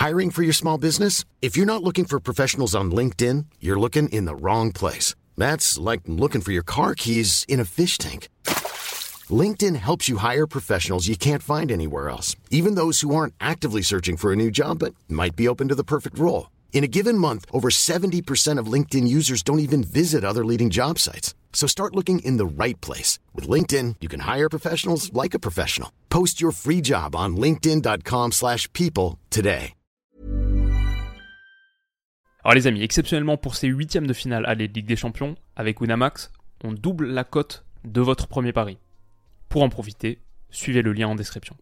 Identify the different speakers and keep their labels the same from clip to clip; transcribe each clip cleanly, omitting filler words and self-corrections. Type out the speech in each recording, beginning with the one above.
Speaker 1: Hiring for your small business? If you're not looking for professionals on LinkedIn, you're looking in the wrong place. That's like looking for your car keys in a fish tank. LinkedIn helps you hire professionals you can't find anywhere else, even those who aren't actively searching for a new job but might be open to the perfect role. In a given month, over 70% of LinkedIn users don't even visit other leading job sites. So start looking in the right place. With LinkedIn, you can hire professionals like a professional. Post your free job on linkedin.com/people today.
Speaker 2: Alors les amis, exceptionnellement pour ces huitièmes de finale à la Ligue des Champions, avec Winamax, on double la cote de votre premier pari. Pour en profiter, suivez le lien en description.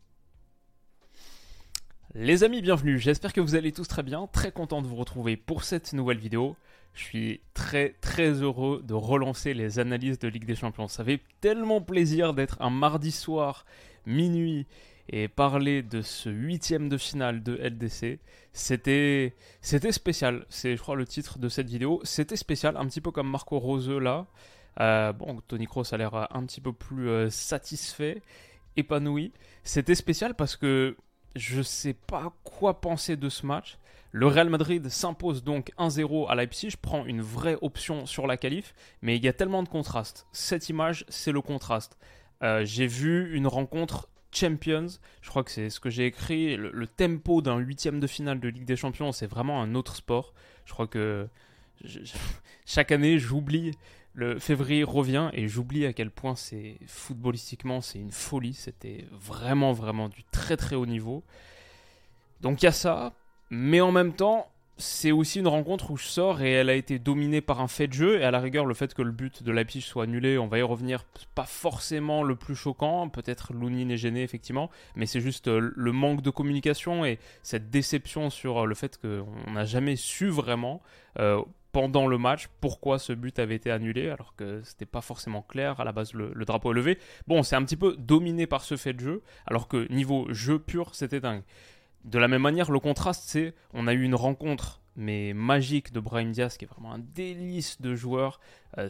Speaker 2: Les amis, bienvenue, j'espère que vous allez tous très bien, très content de vous retrouver pour cette nouvelle vidéo. Je suis très heureux de relancer les analyses de Ligue des Champions. Ça fait tellement plaisir d'être un mardi soir, minuit, et parler de ce huitième de finale de LDC. C'était spécial, c'est je crois le titre de cette vidéo. C'était spécial, un petit peu comme Marco Rose là. Tony Kroos a l'air un petit peu plus satisfait, épanoui. C'était spécial parce que je sais pas quoi penser de ce match. Le Real Madrid s'impose donc 1-0 à Leipzig, prend une vraie option sur la qualif, mais il y a tellement de contrastes. Cette image, c'est le contraste. J'ai vu une rencontre Champions, je crois que c'est ce que j'ai écrit, le tempo d'un huitième de finale de Ligue des Champions, c'est vraiment un autre sport. Je crois que chaque année, j'oublie, le février revient et j'oublie à quel point footballistiquement, c'est une folie. C'était vraiment du très haut niveau. Donc il y a ça, mais en même temps, c'est aussi une rencontre où je sors et elle a été dominée par un fait de jeu. Et à la rigueur, le fait que le but de Leipzig soit annulé, on va y revenir, pas forcément le plus choquant. Peut-être Lounine est gêné, effectivement. Mais c'est juste le manque de communication et cette déception sur le fait qu'on n'a jamais su vraiment, pendant le match, pourquoi ce but avait été annulé, alors que c'était pas forcément clair. À la base, le drapeau est levé. Bon, c'est un petit peu dominé par ce fait de jeu, alors que niveau jeu pur, c'était dingue. De la même manière, le contraste, c'est on a eu une rencontre mais magique de Brahim Diaz, qui est vraiment un délice de joueur.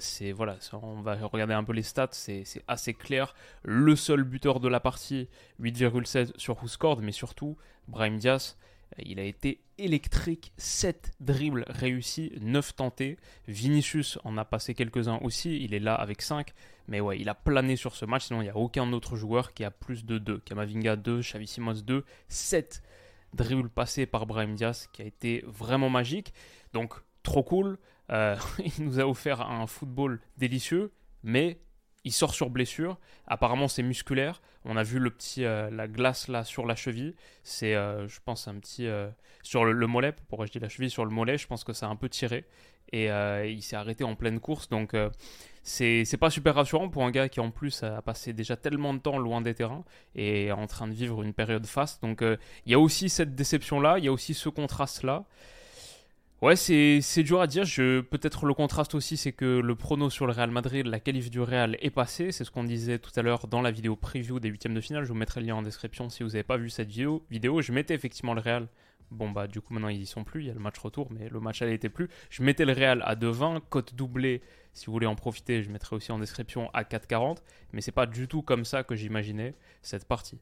Speaker 2: On va regarder un peu les stats, c'est assez clair. Le seul buteur de la partie, 8,16 sur WhoScored, mais surtout, Brahim Diaz, il a été électrique, 7 dribbles réussis, 9 tentés. Vinicius en a passé quelques-uns aussi, il est là avec 5. Mais ouais, il a plané sur ce match, sinon il n'y a aucun autre joueur qui a plus de 2. Camavinga 2, Xavi Simons 2, 7 dribbles passés par Brahim Diaz, qui a été vraiment magique. Donc, trop cool. Il nous a offert un football délicieux, mais il sort sur blessure. Apparemment, c'est musculaire. On a vu la glace là sur la cheville. C'est, je pense, un petit sur le mollet. Pourquoi je dis la cheville sur le mollet? Je pense que ça a un peu tiré et il s'est arrêté en pleine course. Donc, c'est pas super rassurant pour un gars qui en plus a passé déjà tellement de temps loin des terrains et est en train de vivre une période faste. Donc, il y a aussi cette déception là. Il y a aussi ce contraste là. Ouais, c'est dur à dire. Peut-être le contraste aussi, c'est que le prono sur le Real Madrid, la qualif du Real est passée. C'est ce qu'on disait tout à l'heure dans la vidéo preview des huitièmes de finale. Je vous mettrai le lien en description si vous n'avez pas vu cette vidéo. Je mettais effectivement le Real. Bon, bah, du coup, maintenant, ils y sont plus. Il y a le match retour, mais le match aller était plus. Je mettais le Real à 2,20. Cote doublée, si vous voulez en profiter, je mettrai aussi en description à 4,40. Mais c'est pas du tout comme ça que j'imaginais cette partie.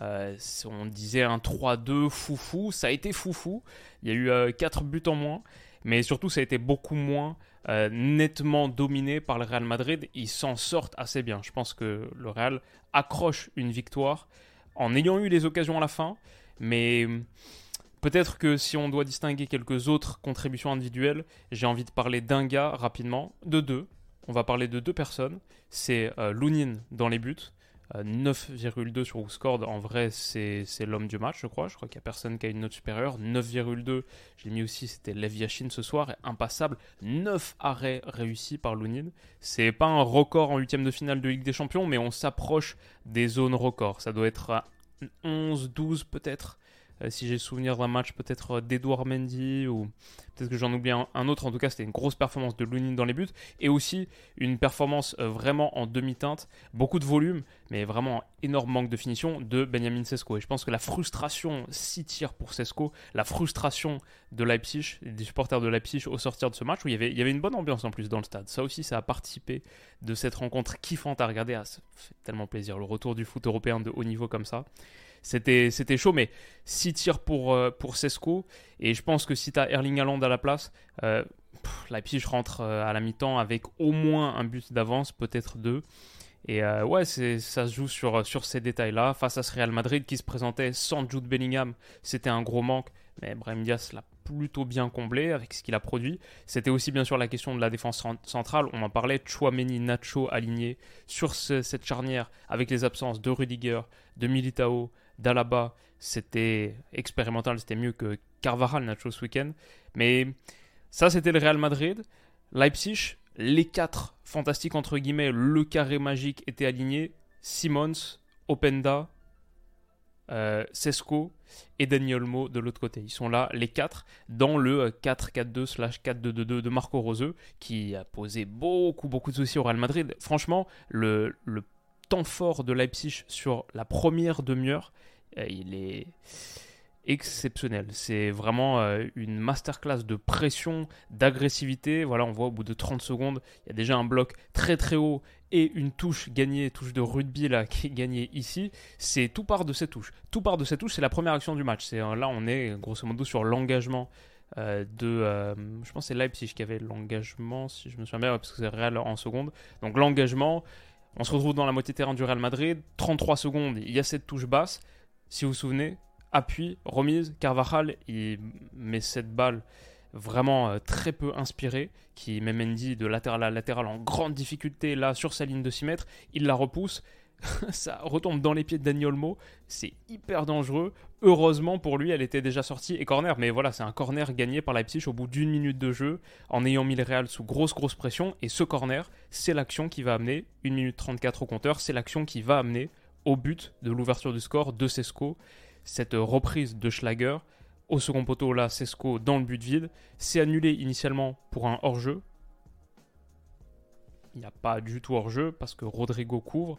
Speaker 2: On disait un 3-2 foufou, ça a été foufou, il y a eu 4 buts en moins, mais surtout ça a été beaucoup moins nettement dominé par le Real Madrid. Ils s'en sortent assez bien. Je pense que le Real accroche une victoire en ayant eu les occasions à la fin, mais peut-être que si on doit distinguer quelques autres contributions individuelles, j'ai envie de parler d'un gars rapidement, de deux. On va parler de deux personnes, c'est Lounine dans les buts. 9,2 sur WhoScored, en vrai c'est l'homme du match, je crois qu'il n'y a personne qui a une note supérieure. 9,2, j'ai mis aussi, c'était Lev Yashin ce soir, impassable. 9 arrêts réussis par Lounine. C'est pas un record en huitième de finale de Ligue des Champions, mais on s'approche des zones records. Ça doit être à 11, 12 peut-être, si j'ai souvenir d'un match peut-être d'Edouard Mendy, ou peut-être que j'en oublie un autre. En tout cas, c'était une grosse performance de Lounine dans les buts, et aussi une performance vraiment en demi-teinte, beaucoup de volume, mais vraiment énorme manque de finition de Benjamin Sesko. Et je pense que la frustration, 6 tirs pour Sesko, la frustration de Leipzig, des supporters de Leipzig au sortir de ce match, où il y avait une bonne ambiance en plus dans le stade. Ça aussi, ça a participé de cette rencontre kiffante à regarder. Ça fait tellement plaisir, le retour du foot européen de haut niveau comme ça. C'était chaud, mais 6 tirs pour Sesco. Et je pense que si tu as Erling Haaland à la place, Leipzig rentre à la mi-temps avec au moins un but d'avance, peut-être 2. Et ouais, ça se joue sur ces détails-là. Face à ce Real Madrid qui se présentait sans Jude Bellingham, c'était un gros manque. Mais Brahim Diaz l'a plutôt bien comblé avec ce qu'il a produit. C'était aussi bien sûr la question de la défense centrale. On en parlait, Tchouaméni, Nacho alignés sur cette charnière avec les absences de Rudiger, de Militao, d'Alaba. C'était expérimental, c'était mieux que Carvajal, Nacho ce week-end. Mais ça, c'était le Real Madrid. Leipzig, les 4 fantastiques entre guillemets, le carré magique était aligné. Simons, Openda, Sesco et Dani Olmo de l'autre côté. Ils sont là, les 4, dans le 4-4-2/4-2-2-2 de Marco Rose, qui a posé beaucoup de soucis au Real Madrid. Franchement, le temps fort de Leipzig sur la première demi-heure, il est exceptionnel. C'est vraiment une masterclass de pression, d'agressivité. Voilà, on voit au bout de 30 secondes, il y a déjà un bloc très haut et une touche gagnée, touche de rugby là, qui est gagnée ici. C'est tout part de cette touche. Tout part de cette touche, c'est la première action du match. Là, on est grosso modo sur l'engagement je pense que c'est Leipzig qui avait l'engagement, si je me souviens bien, parce que c'est Real en seconde. Donc l'engagement, on se retrouve dans la moitié terrain du Real Madrid. 33 secondes, il y a cette touche basse. Si vous vous souvenez, appui, remise, Carvajal, il met cette balle vraiment très peu inspirée, qui met Mendy de latéral à latéral en grande difficulté, là, sur sa ligne de 6 mètres. Il la repousse, ça retombe dans les pieds de Dani Olmo, c'est hyper dangereux. Heureusement pour lui, elle était déjà sortie et corner, mais voilà, c'est un corner gagné par Leipzig au bout d'1 minute de jeu, en ayant mis le Real sous grosse pression, et ce corner, c'est l'action qui va amener, 1 minute 34 au compteur, c'est l'action qui va amener au but de l'ouverture du score de Sesco. Cette reprise de Schlager, au second poteau là, Sesco dans le but vide, c'est annulé initialement pour un hors-jeu. Il n'y a pas du tout hors-jeu parce que Rodrigo couvre.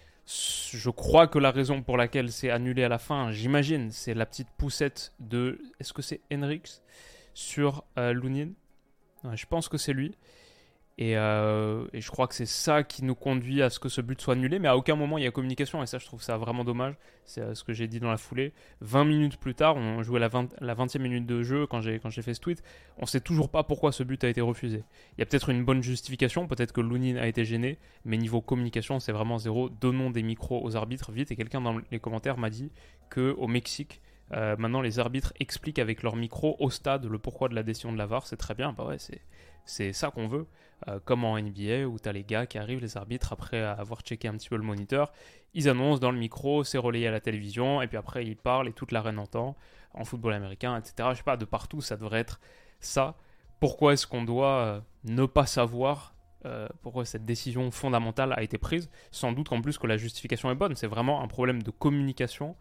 Speaker 2: Je crois que la raison pour laquelle c'est annulé à la fin, j'imagine, c'est la petite poussette de... Est-ce que c'est Henriks sur Lunin? Ouais, je pense que c'est lui. Et je crois que c'est ça qui nous conduit à ce que ce but soit annulé, mais à aucun moment il y a communication, et ça je trouve ça vraiment dommage. C'est ce que j'ai dit dans la foulée. 20 minutes plus tard, on jouait la 20e minute de jeu quand j'ai fait ce tweet, on sait toujours pas pourquoi ce but a été refusé. Il y a peut-être une bonne justification, peut-être que Lunin a été gêné, mais niveau communication c'est vraiment zéro. Donnons des micros aux arbitres vite, et quelqu'un dans les commentaires m'a dit qu'au Mexique, maintenant les arbitres expliquent avec leur micro au stade le pourquoi de la décision de la VAR. C'est très bien, bah ouais, c'est ça qu'on veut, comme en NBA où tu as les gars qui arrivent, les arbitres, après avoir checké un petit peu le moniteur, ils annoncent dans le micro, c'est relayé à la télévision, et puis après ils parlent et toute l'arène entend, en football américain, etc. Je sais pas, de partout ça devrait être ça. Pourquoi est-ce qu'on doit ne pas savoir pourquoi cette décision fondamentale a été prise? Sans doute qu'en plus que la justification est bonne, c'est vraiment un problème de communication.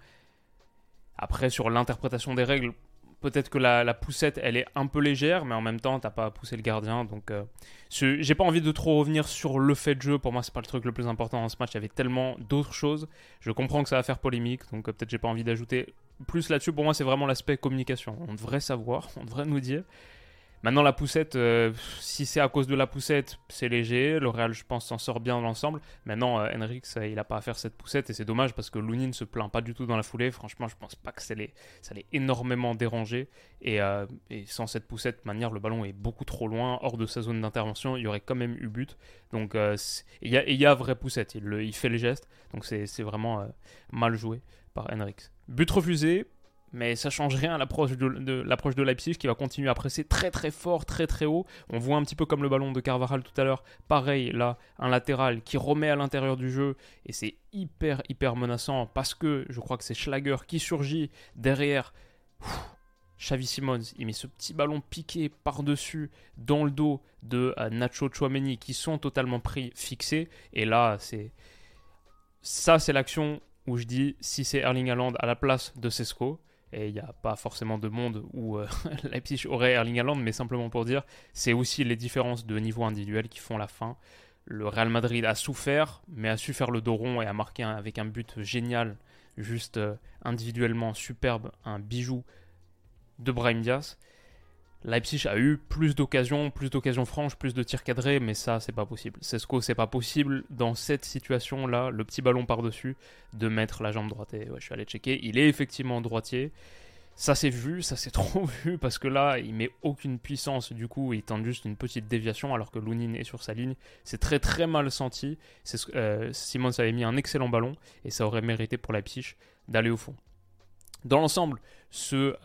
Speaker 2: Après, sur l'interprétation des règles, peut-être que la poussette, elle est un peu légère, mais en même temps, t'as pas poussé le gardien. Donc, j'ai pas envie de trop revenir sur le fait de jeu. Pour moi, c'est pas le truc le plus important dans ce match. Il y avait tellement d'autres choses. Je comprends que ça va faire polémique, donc peut-être j'ai pas envie d'ajouter plus là-dessus. Pour moi, c'est vraiment l'aspect communication. On devrait savoir, on devrait nous dire. Maintenant, la poussette, si c'est à cause de la poussette, c'est léger. Le Real, je pense, s'en sort bien dans l'ensemble. Maintenant, Henriks, il n'a pas à faire cette poussette et c'est dommage parce que Lunin ne se plaint pas du tout dans la foulée. Franchement, je pense pas que ça l'ait énormément dérangé. Et sans cette poussette, de toute manière, le ballon est beaucoup trop loin, hors de sa zone d'intervention. Il y aurait quand même eu but. Donc, il y a vraie poussette. Il fait le geste. Donc, c'est vraiment mal joué par Henriks. But refusé. Mais ça ne change rien à l'approche de Leipzig qui va continuer à presser très fort, très haut. On voit un petit peu comme le ballon de Carvajal tout à l'heure. Pareil, là, un latéral qui remet à l'intérieur du jeu. Et c'est hyper menaçant parce que je crois que c'est Schlager qui surgit derrière. Xavi Simons, il met ce petit ballon piqué par-dessus dans le dos de Nacho, Tchouaméni qui sont totalement fixés. Et là, c'est l'action où je dis si c'est Erling Haaland à la place de Sesco. Et il n'y a pas forcément de monde où Leipzig aurait Erling Haaland, mais simplement pour dire, c'est aussi les différences de niveau individuel qui font la fin. Le Real Madrid a souffert, mais a su faire le dos rond et a marqué avec un but génial, juste individuellement superbe, un bijou de Brahim Diaz. Leipzig a eu plus d'occasions franches, plus de tirs cadrés, mais ça, c'est pas possible. Cesco, c'est pas possible dans cette situation-là, le petit ballon par-dessus, de mettre la jambe droite. Et ouais, je suis allé checker, il est effectivement droitier. Ça s'est vu, ça s'est trop vu, parce que là, il met aucune puissance, du coup, il tente juste une petite déviation, alors que Lunin est sur sa ligne. C'est très très mal senti. Simons avait mis un excellent ballon, et ça aurait mérité pour Leipzig d'aller au fond. Dans l'ensemble, ce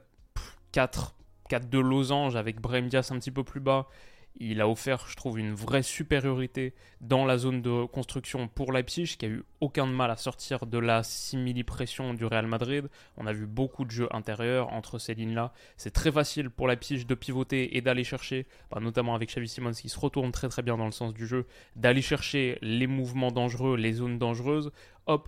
Speaker 2: 4 de losange avec Brahim Diaz un petit peu plus bas, il a offert, je trouve, une vraie supériorité dans la zone de construction pour Leipzig, qui a eu aucun mal à sortir de la simili-pression du Real Madrid. On a vu beaucoup de jeux intérieurs entre ces lignes-là. C'est très facile pour Leipzig de pivoter et d'aller chercher, notamment avec Xavi Simons qui se retourne très très bien dans le sens du jeu, d'aller chercher les mouvements dangereux, les zones dangereuses, hop,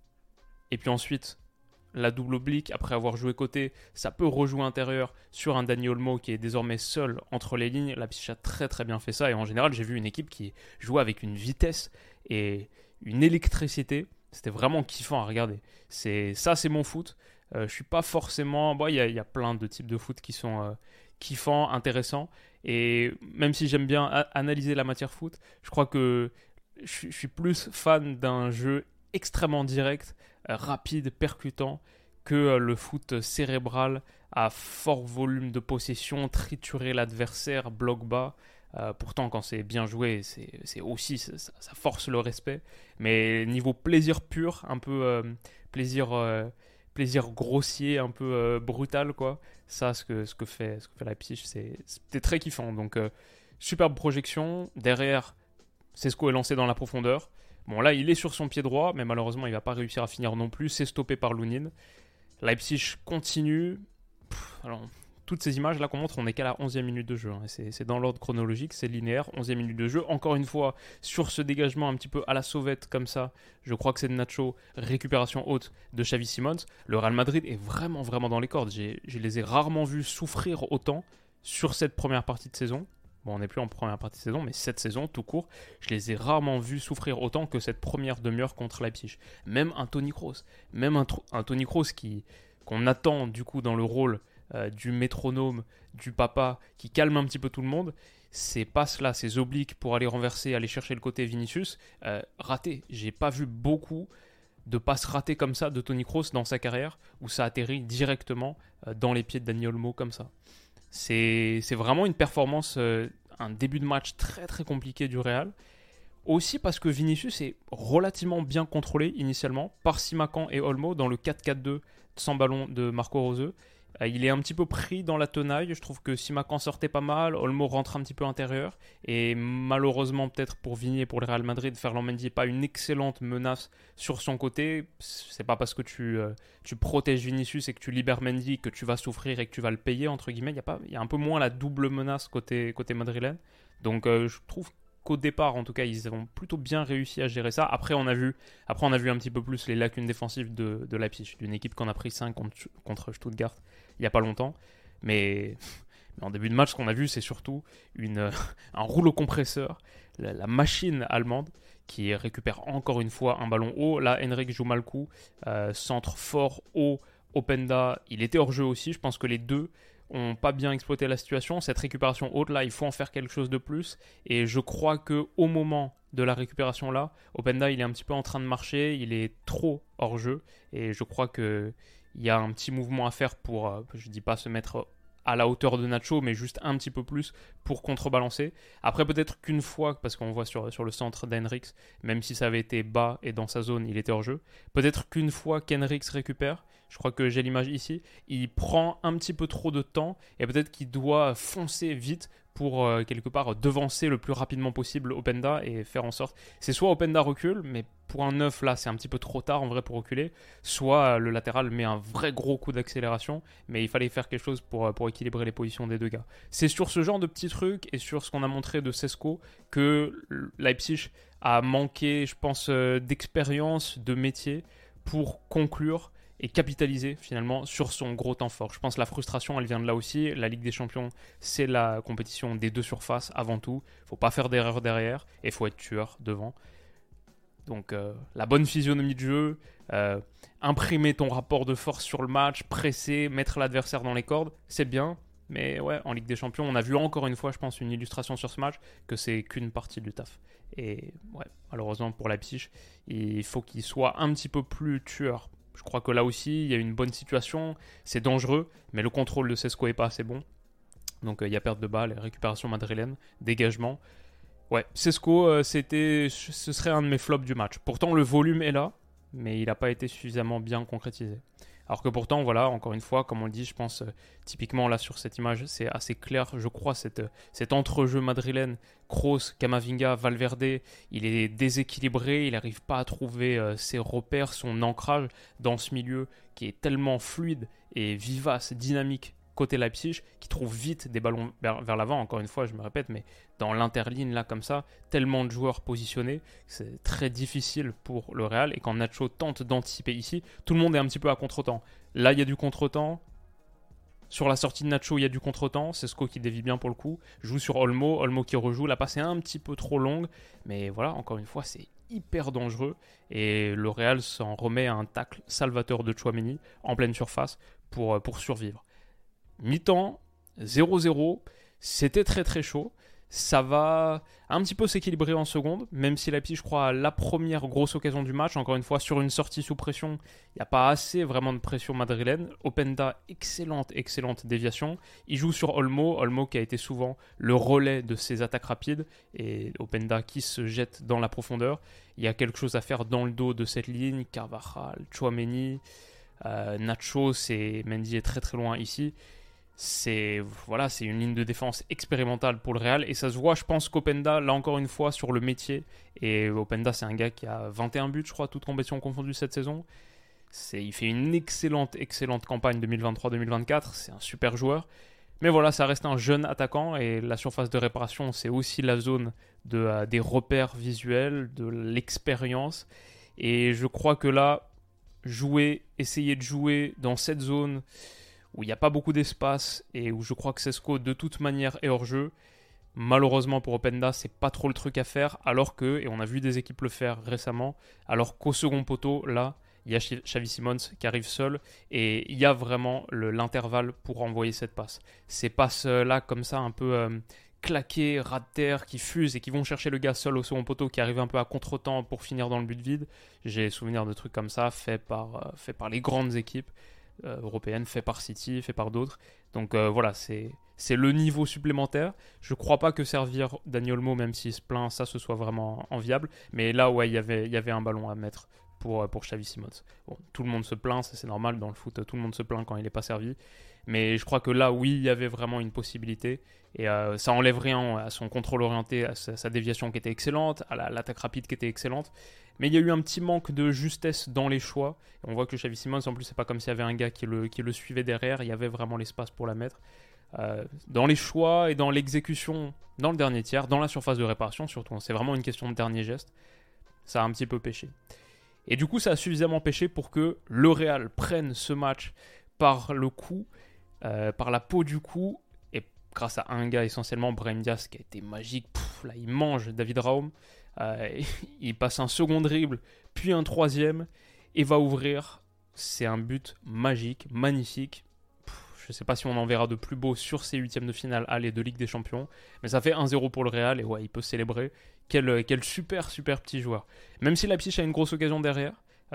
Speaker 2: et puis ensuite la double oblique, après avoir joué côté, ça peut rejouer intérieur sur un Dani Olmo qui est désormais seul entre les lignes. Leipzig a très très bien fait ça, et en général j'ai vu une équipe qui jouait avec une vitesse et une électricité. C'était vraiment kiffant à regarder. C'est mon foot. Je suis pas forcément... Il y a plein de types de foot qui sont kiffants, intéressants, et même si j'aime bien analyser la matière foot, je crois que je suis plus fan d'un jeu extrêmement direct, rapide, percutant, que le foot cérébral à fort volume de possession, triturer l'adversaire, bloc bas. Pourtant, quand c'est bien joué, c'est aussi, ça force le respect. Mais niveau plaisir pur, un peu plaisir grossier, un peu brutal, quoi. Ça, ce que fait Leipzig, c'était très kiffant. Donc, superbe projection. Derrière, Cesco est lancé dans la profondeur. Bon, là, il est sur son pied droit, mais malheureusement, il ne va pas réussir à finir non plus. C'est stoppé par Lunin. Leipzig continue. Alors, toutes ces images là qu'on montre, on n'est qu'à la 11e minute de jeu. Hein. C'est dans l'ordre chronologique, c'est linéaire. 11e minute de jeu. Encore une fois, sur ce dégagement un petit peu à la sauvette, comme ça, je crois que c'est de Nacho. Récupération haute de Xavi Simons. Le Real Madrid est vraiment, vraiment dans les cordes. Je les ai rarement vus souffrir autant sur cette première partie de saison. Bon, on n'est plus en première partie de saison, mais cette saison, tout court, je les ai rarement vus souffrir autant que cette première demi-heure contre Leipzig. Même un Toni Kroos, un Toni Kroos qu'on attend du coup dans le rôle du métronome, du papa, qui calme un petit peu tout le monde, ces passes-là, ces obliques pour aller renverser, aller chercher le côté Vinicius, raté. J'ai pas vu beaucoup de passes ratées comme ça de Toni Kroos dans sa carrière, où ça atterrit directement dans les pieds de Dani Olmo comme ça. C'est vraiment une performance, un début de match très très compliqué du Real. Aussi parce que Vinicius est relativement bien contrôlé initialement par Simakan et Olmo dans le 4-4-2 sans ballon de Marco Rose. Il est un petit peu pris dans la tenaille. Je trouve que Simakan sortait pas mal, Olmo rentre un petit peu intérieur. Et malheureusement, peut-être pour Vigny et pour le Real Madrid, Ferland Mendy n'est pas une excellente menace sur son côté. C'est pas parce que tu protèges Vinicius et que tu libères Mendy que tu vas souffrir et que tu vas le payer, entre guillemets. Il y a un peu moins la double menace côté madrilène. Donc je trouve qu'au départ, en tout cas, ils ont plutôt bien réussi à gérer ça. Après, on a vu un petit peu plus les lacunes défensives de Leipzig, d'une équipe qu'on a pris 5 contre Stuttgart il n'y a pas longtemps. Mais en début de match, ce qu'on a vu, c'est surtout un rouleau compresseur, la machine allemande, qui récupère encore une fois un ballon haut. Là, Henrik joue mal coup, centre fort, haut, Openda. Il était hors jeu aussi. Je pense que les deux ont pas bien exploité la situation. Cette récupération haute là, il faut en faire quelque chose de plus. Et je crois que au moment de la récupération là, Openda il est un petit peu en train de marcher, il est trop hors jeu. Et je crois que il y a un petit mouvement à faire pour, je dis pas se mettre à la hauteur de Nacho, mais juste un petit peu plus pour contrebalancer. Après, peut-être qu'une fois, parce qu'on voit sur le centre d'Henriks, même si ça avait été bas et dans sa zone, il était hors jeu, peut-être qu'une fois qu'Henriks récupère, je crois que j'ai l'image ici, il prend un petit peu trop de temps et peut-être qu'il doit foncer vite pour quelque part devancer le plus rapidement possible Openda et faire en sorte... C'est soit Openda recule, mais pour un neuf là c'est un petit peu trop tard en vrai pour reculer, soit le latéral met un vrai gros coup d'accélération, mais il fallait faire quelque chose pour équilibrer les positions des deux gars. C'est sur ce genre de petits trucs et sur ce qu'on a montré de Cesco que Leipzig a manqué, je pense, d'expérience, de métier pour conclure et capitaliser finalement sur son gros temps fort. Je pense que la frustration, elle vient de là aussi. La Ligue des Champions, c'est la compétition des deux surfaces avant tout. Il ne faut pas faire d'erreur derrière et il faut être tueur devant. Donc la bonne physionomie de jeu, imprimer ton rapport de force sur le match, presser, mettre l'adversaire dans les cordes, c'est bien. Mais ouais, en Ligue des Champions, on a vu encore une fois, je pense, une illustration sur ce match, que c'est qu'une partie du taf. Et ouais, malheureusement pour Leipzig, il faut qu'il soit un petit peu plus tueur. Je crois que là aussi, il y a une bonne situation, c'est dangereux, mais le contrôle de Sesco est pas assez bon. Donc il y a perte de balle, récupération madrilène, dégagement. Ouais, Sesco, ce serait un de mes flops du match. Pourtant, le volume est là, mais il n'a pas été suffisamment bien concrétisé. Alors que pourtant, voilà, encore une fois, comme on le dit, je pense, typiquement là sur cette image, c'est assez clair, je crois, cet entrejeu madrilène, Kroos, Camavinga, Valverde, il est déséquilibré, il n'arrive pas à trouver ses repères, son ancrage dans ce milieu qui est tellement fluide et vivace, dynamique côté Leipzig, qui trouve vite des ballons vers l'avant, encore une fois, je me répète, mais dans l'interligne, là, comme ça, tellement de joueurs positionnés, c'est très difficile pour le Real, et quand Nacho tente d'anticiper ici, tout le monde est un petit peu à contre-temps. Là, il y a du contre-temps, sur la sortie de Nacho, il y a du contre-temps, Sesco qui dévie bien pour le coup, joue sur Olmo qui rejoue, la passe est un petit peu trop longue, mais voilà, encore une fois, c'est hyper dangereux, et le Real s'en remet à un tacle salvateur de Tchouaméni, en pleine surface, pour survivre. Mi-temps, 0-0, c'était très très chaud. Ça va un petit peu s'équilibrer en seconde, même si Leipzig, je crois, a la première grosse occasion du match. Encore une fois, sur une sortie sous pression, il n'y a pas assez vraiment de pression madrilène. Openda, excellente déviation. Il joue sur Olmo qui a été souvent le relais de ses attaques rapides, et Openda qui se jette dans la profondeur. Il y a quelque chose à faire dans le dos de cette ligne. Carvajal, Tchouaméni, Nacho, Mendy est très très loin ici. C'est une ligne de défense expérimentale pour le Real, et ça se voit, je pense qu'Openda, là encore une fois, sur le métier, et Openda c'est un gars qui a 21 buts, je crois, toutes compétitions confondues cette saison. Il fait une excellente campagne 2023-2024, c'est un super joueur, mais voilà, ça reste un jeune attaquant, et la surface de réparation, c'est aussi la zone des repères visuels, de l'expérience, et je crois que là, essayer de jouer dans cette zone où il n'y a pas beaucoup d'espace et où je crois que Sesco de toute manière est hors jeu. Malheureusement pour Openda, c'est pas trop le truc à faire, alors que, et on a vu des équipes le faire récemment, alors qu'au second poteau, là, il y a Xavi Simons qui arrive seul et il y a vraiment l'intervalle pour envoyer cette passe. Ces passes-là, comme ça, un peu claquées, ras de terre, qui fusent et qui vont chercher le gars seul au second poteau, qui arrive un peu à contre-temps pour finir dans le but vide. J'ai souvenir de trucs comme ça, faits par les grandes équipes européenne, fait par City, fait par d'autres. Donc voilà, c'est le niveau supplémentaire. Je crois pas que servir Dani Olmo, même s'il se plaint, ça ce soit vraiment enviable. Mais là, ouais, il y avait un ballon à mettre pour Xavi Simons. Bon, tout le monde se plaint, ça c'est normal dans le foot, tout le monde se plaint quand il n'est pas servi. Mais je crois que là, oui, il y avait vraiment une possibilité. Et ça enlève rien à son contrôle orienté, à sa déviation qui était excellente, à l'attaque rapide qui était excellente. Mais il y a eu un petit manque de justesse dans les choix. Et on voit que Xavi Simons, en plus, c'est pas comme s'il y avait un gars qui le suivait derrière. Il y avait vraiment l'espace pour la mettre. Dans les choix et dans l'exécution, dans le dernier tiers, dans la surface de réparation surtout. C'est vraiment une question de dernier geste. Ça a un petit peu pêché. Et du coup, ça a suffisamment pêché pour que le Real prenne ce match par le coup, par la peau du cou, et grâce à un gars essentiellement, Brahim Diaz, qui a été magique. Là, il mange David Raum. Il passe un second dribble, puis un troisième, et va ouvrir. C'est un but magique, magnifique. Je ne sais pas si on en verra de plus beau sur ces huitièmes de finale aller de Ligue des Champions, mais ça fait 1-0 pour le Real, et ouais, il peut célébrer. Quel super petit joueur. Même si Leipzig a une grosse occasion derrière,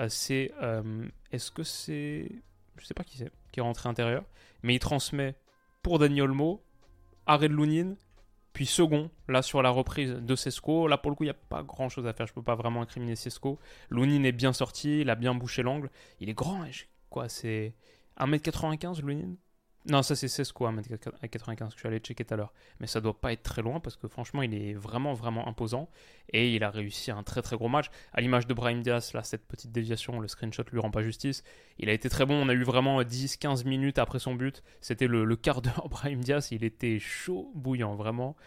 Speaker 2: est-ce que c'est... Je sais pas qui c'est, qui est rentré intérieur, mais il transmet pour Dani Olmo, arrêt de Lunin, puis second, là sur la reprise de Sesco. Là pour le coup, il n'y a pas grand chose à faire, je ne peux pas vraiment incriminer Sesco. Lunin est bien sorti, il a bien bouché l'angle. Il est grand, c'est 1m95 Lunin? Non, ça c'est Sesco, 1m95 que je suis allé checker tout à l'heure. Mais ça doit pas être très loin parce que franchement, il est vraiment imposant. Et il a réussi un très gros match. À l'image de Brahim Diaz, là, cette petite déviation, le screenshot lui rend pas justice. Il a été très bon. On a eu vraiment 10-15 minutes après son but. C'était le quart d'heure Brahim Diaz. Il était chaud, bouillant, vraiment.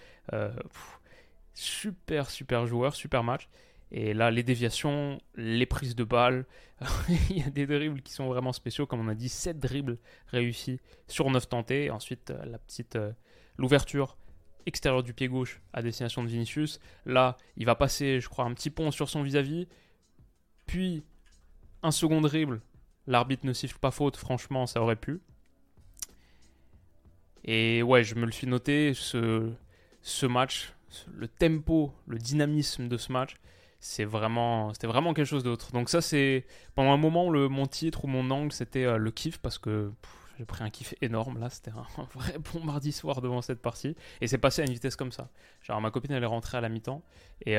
Speaker 2: Super joueur, super match. Et là, les déviations, les prises de balles, il y a des dribbles qui sont vraiment spéciaux. Comme on a dit, 7 dribbles réussis sur 9 tentés. Et ensuite, l'ouverture extérieure du pied gauche à destination de Vinicius. Là, il va passer, je crois, un petit pont sur son vis-à-vis. Puis, un second dribble. L'arbitre ne siffle pas faute, franchement, ça aurait pu. Et ouais, je me le suis noté, ce match, le tempo, le dynamisme de ce match, c'était vraiment quelque chose d'autre. Donc ça, c'est pendant un moment, mon titre ou mon angle, c'était le kiff, parce que j'ai pris un kiff énorme là, c'était un vrai bon mardi soir devant cette partie. Et c'est passé à une vitesse comme ça. Genre ma copine, elle est rentrée à la mi-temps, et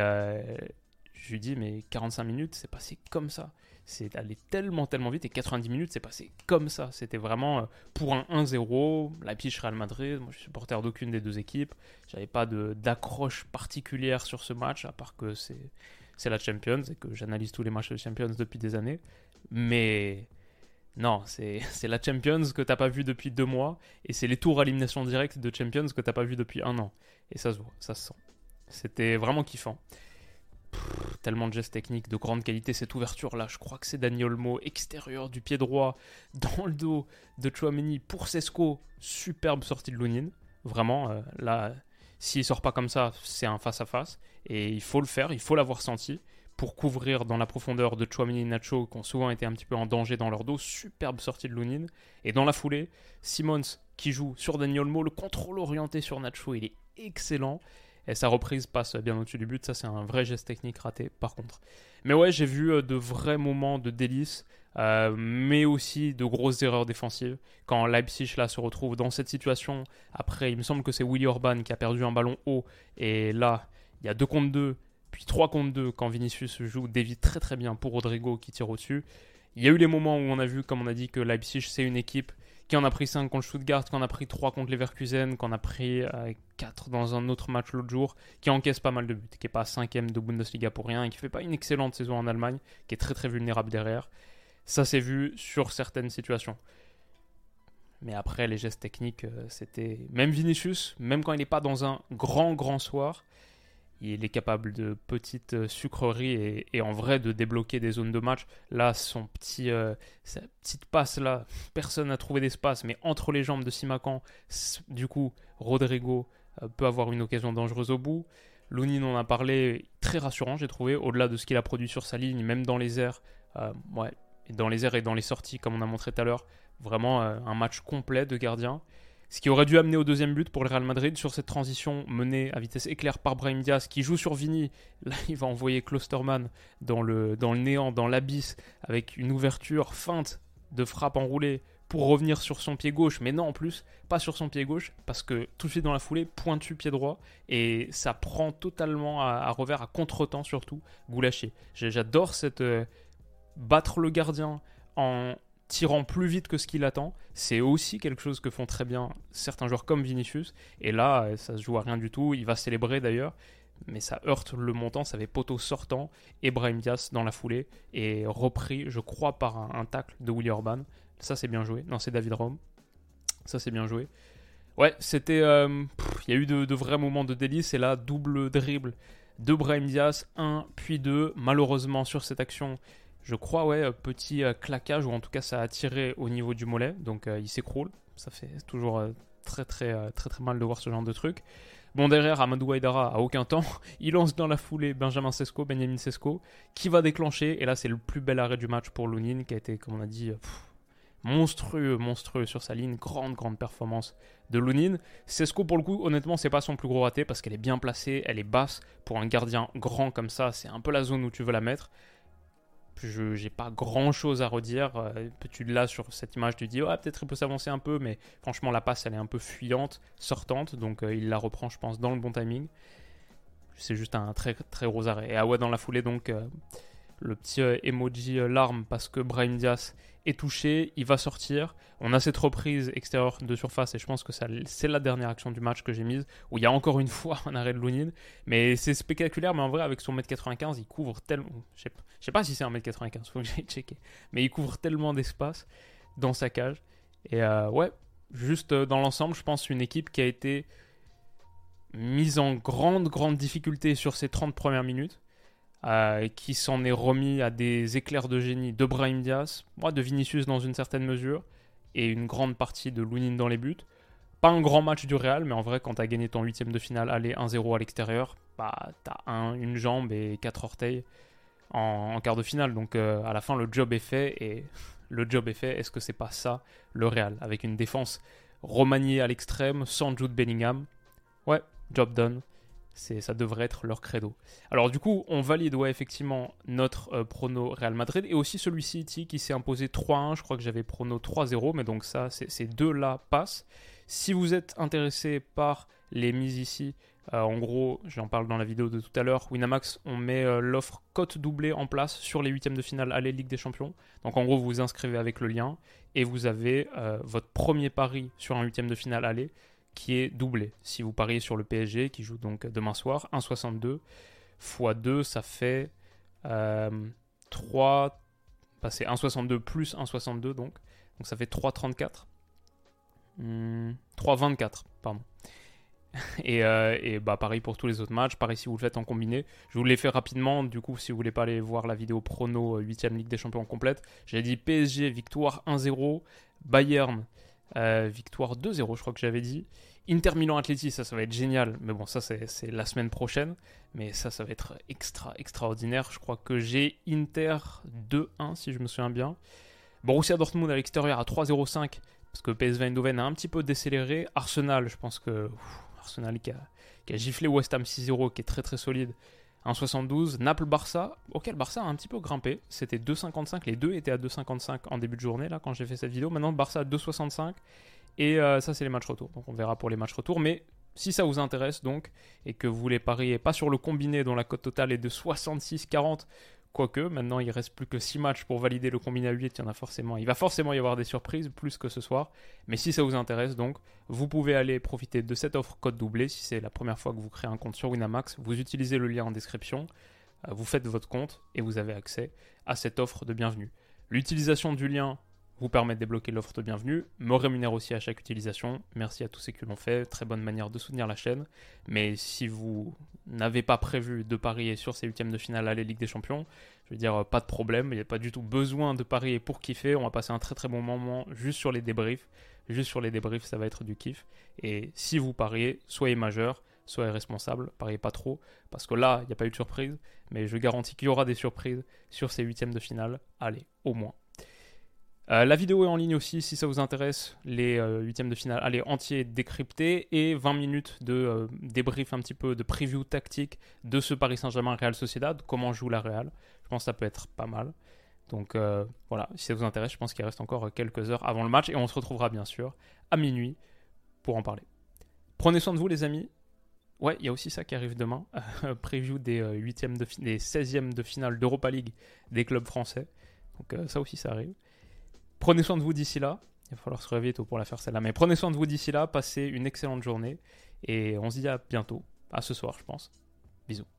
Speaker 2: je lui dis, mais 45 minutes, c'est passé comme ça. C'est allé tellement vite, et 90 minutes, c'est passé comme ça. C'était vraiment pour un 1-0, Leipzig-Real Madrid. Moi, je suis supporter d'aucune des deux équipes. J'avais pas d'accroche particulière sur ce match, à part que c'est la Champions et que j'analyse tous les matchs de Champions depuis des années. Mais non, c'est la Champions que t'as pas vu depuis 2 mois, et c'est les tours à élimination directe de Champions que t'as pas vu depuis 1 an. Et ça se voit, ça se sent. C'était vraiment kiffant. Tellement de gestes techniques de grande qualité, cette ouverture là, je crois que c'est Dani Olmo, extérieur du pied droit, dans le dos de Tchouaméni pour Sesco, superbe sortie de Lunin, vraiment, là, s'il sort pas comme ça, c'est un face-à-face, et il faut le faire, il faut l'avoir senti, pour couvrir dans la profondeur de Tchouaméni et Nacho, qui ont souvent été un petit peu en danger dans leur dos, superbe sortie de Lunin, et dans la foulée, Simons qui joue sur Dani Olmo, le contrôle orienté sur Nacho, il est excellent. Et sa reprise passe bien au-dessus du but. Ça, c'est un vrai geste technique raté, par contre. Mais ouais, j'ai vu de vrais moments de délice, mais aussi de grosses erreurs défensives. Quand Leipzig là, se retrouve dans cette situation, après, il me semble que c'est Willy Orban qui a perdu un ballon haut. Et là, il y a 2 contre 2, puis 3 contre 2, quand Vinicius joue, dévie très très bien pour Rodrigo qui tire au-dessus. Il y a eu les moments où on a vu, comme on a dit, que Leipzig, c'est une équipe qui en a pris 5 contre Stuttgart, qui en a pris 3 contre Leverkusen, qui en a pris 4 dans un autre match l'autre jour, qui encaisse pas mal de buts, qui n'est pas 5ème de Bundesliga pour rien, et qui fait pas une excellente saison en Allemagne, qui est très très vulnérable derrière. Ça s'est vu sur certaines situations. Mais après, les gestes techniques, c'était... Même Vinicius, même quand il n'est pas dans un grand soir, il est capable de petites sucreries et en vrai de débloquer des zones de match. Là, sa petite passe là, personne n'a trouvé d'espace, mais entre les jambes de Simakan, du coup, Rodrigo peut avoir une occasion dangereuse au bout. Lunin, on en a parlé, très rassurant, j'ai trouvé, au-delà de ce qu'il a produit sur sa ligne, même dans les airs. Ouais, dans les airs et dans les sorties, comme on a montré tout à l'heure. Vraiment un match complet de gardien. Ce qui aurait dû amener au deuxième but pour le Real Madrid sur cette transition menée à vitesse éclair par Brahim Diaz qui joue sur Vini. Là, il va envoyer Klostermann dans le néant, dans l'abysse, avec une ouverture feinte de frappe enroulée pour revenir sur son pied gauche. Mais non, en plus, pas sur son pied gauche, parce que tout de suite dans la foulée, pointu pied droit. Et ça prend totalement à revers, à contre-temps surtout, Goulaché. J'adore cette... battre le gardien en tirant plus vite que ce qu'il attend, c'est aussi quelque chose que font très bien certains joueurs comme Vinicius. Et là, ça se joue à rien du tout. Il va célébrer d'ailleurs, mais ça heurte le montant. Ça avait poteau sortant et Brahim Diaz dans la foulée et repris, je crois, par un tacle de Willy Orban. Ça, c'est bien joué. Non, c'est David Raum. Ça, c'est bien joué. Ouais, c'était... Il y a eu de vrais moments de délice. Et là, double dribble de Brahim Diaz, 1 puis 2. Malheureusement, sur cette action... Je crois, ouais, petit claquage, ou en tout cas ça a tiré au niveau du mollet, donc il s'écroule. Ça fait toujours très mal de voir ce genre de truc. Bon, derrière, Amadou Haïdara a aucun temps. Il lance dans la foulée Benjamin Sesko, qui va déclencher. Et là, c'est le plus bel arrêt du match pour Lunin, qui a été, comme on a dit, monstrueux sur sa ligne. Grande performance de Lunin. Sesko, pour le coup, honnêtement, c'est pas son plus gros raté, parce qu'elle est bien placée, elle est basse. Pour un gardien grand comme ça, c'est un peu la zone où tu veux la mettre. Je n'ai pas grand chose à redire. Tu l'as sur cette image, tu dis peut-être il peut s'avancer un peu, mais franchement la passe elle est un peu fuyante, sortante, donc il la reprend je pense dans le bon timing. C'est juste un très gros arrêt. Et ouais, dans la foulée donc le petit emoji larme parce que Brahim Diaz est touché, il va sortir. On a cette reprise extérieure de surface et je pense que c'est la dernière action du match que j'ai mise où il y a encore une fois un arrêt de Lunin. Mais c'est spectaculaire, mais en vrai avec son 1m95 il couvre tellement... Je sais pas si c'est 1m95, faut que j'aille checker. Mais il couvre tellement d'espace dans sa cage. Et ouais, juste dans l'ensemble, je pense une équipe qui a été mise en grande difficulté sur ces 30 premières minutes. Qui s'en est remis à des éclairs de génie de Brahim Diaz, de Vinicius dans une certaine mesure, et une grande partie de Lunin dans les buts. Pas un grand match du Real, mais en vrai, quand t'as gagné ton 8ème de finale, aller 1-0 à l'extérieur, t'as une jambe et 4 orteils en quart de finale. Donc à la fin, le job est fait, et le job est fait. Est-ce que c'est pas ça, le Real, avec une défense remanié à l'extrême, sans Jude Bellingham. Ouais, job done. Ça devrait être leur credo. Alors du coup, on valide effectivement notre prono Real Madrid et aussi celui City qui s'est imposé 3-1. Je crois que j'avais prono 3-0, mais donc ça, ces deux-là passent. Si vous êtes intéressé par les mises ici, en gros, j'en parle dans la vidéo de tout à l'heure, Winamax, on met l'offre cote doublée en place sur les huitièmes de finale aller Ligue des Champions. Donc en gros, vous vous inscrivez avec le lien et vous avez votre premier pari sur un huitième de finale aller qui est doublé. Si vous pariez sur le PSG qui joue donc demain soir, 1,62 x 2, ça fait 3, c'est 1,62 plus 1,62 donc ça fait 3,34. 3,24, pardon. Et pareil pour tous les autres matchs, pareil si vous le faites en combiné. Je vous l'ai fait rapidement, du coup si vous voulez pas aller voir la vidéo prono 8ème Ligue des Champions complète, j'ai dit PSG victoire 1-0, Bayern victoire 2-0 je crois que j'avais dit, Inter Milan Atleti, ça va être génial, mais bon ça c'est la semaine prochaine, mais ça va être extraordinaire. Je crois que j'ai Inter 2-1 si je me souviens bien, Borussia Dortmund à l'extérieur à 3-0-5 parce que PSV Eindhoven a un petit peu décéléré. Arsenal, je pense que Arsenal qui a giflé West Ham 6-0, qui est très très solide, 1,72. Naples-Barça, auquel Barça a un petit peu grimpé, c'était 2,55, les deux étaient à 2,55 en début de journée là quand j'ai fait cette vidéo. Maintenant Barça à 2,65 et ça c'est les matchs retour, donc on verra pour les matchs retour. Mais si ça vous intéresse donc et que vous voulez parier pas sur le combiné dont la cote totale est de 66,40, quoique, maintenant il reste plus que 6 matchs pour valider le combiné à 8, il va forcément y avoir des surprises, plus que ce soir. Mais si ça vous intéresse, donc, vous pouvez aller profiter de cette offre code doublé. Si c'est la première fois que vous créez un compte sur Winamax, vous utilisez le lien en description, vous faites votre compte et vous avez accès à cette offre de bienvenue. L'utilisation du lien vous permet de débloquer l'offre de bienvenue, me rémunère aussi à chaque utilisation. Merci à tous ceux qui l'ont fait, très bonne manière de soutenir la chaîne. Mais si vous n'avez pas prévu de parier sur ces huitièmes de finale à la Ligue des Champions, je veux dire, pas de problème, il n'y a pas du tout besoin de parier pour kiffer. On va passer un très très bon moment juste sur les débriefs. Juste sur les débriefs, ça va être du kiff. Et si vous pariez, soyez majeur, soyez responsable, pariez pas trop, parce que là, il n'y a pas eu de surprise, mais je garantis qu'il y aura des surprises sur ces huitièmes de finale. Allez, au moins. La vidéo est en ligne aussi si ça vous intéresse, les huitièmes de finale, allez, entiers décryptés et 20 minutes de débrief un petit peu de preview tactique de ce Paris Saint-Germain Real Sociedad, comment joue la Real. Je pense que ça peut être pas mal. Donc voilà, si ça vous intéresse, je pense qu'il reste encore quelques heures avant le match et on se retrouvera bien sûr à minuit pour en parler. Prenez soin de vous les amis. Ouais, il y a aussi ça qui arrive demain, preview des 16e de finale d'Europa League des clubs français. Donc ça aussi ça arrive. Prenez soin de vous d'ici là. Il va falloir se réveiller tôt pour la faire celle-là. Mais prenez soin de vous d'ici là. Passez une excellente journée. Et on se dit à bientôt. À ce soir, je pense. Bisous.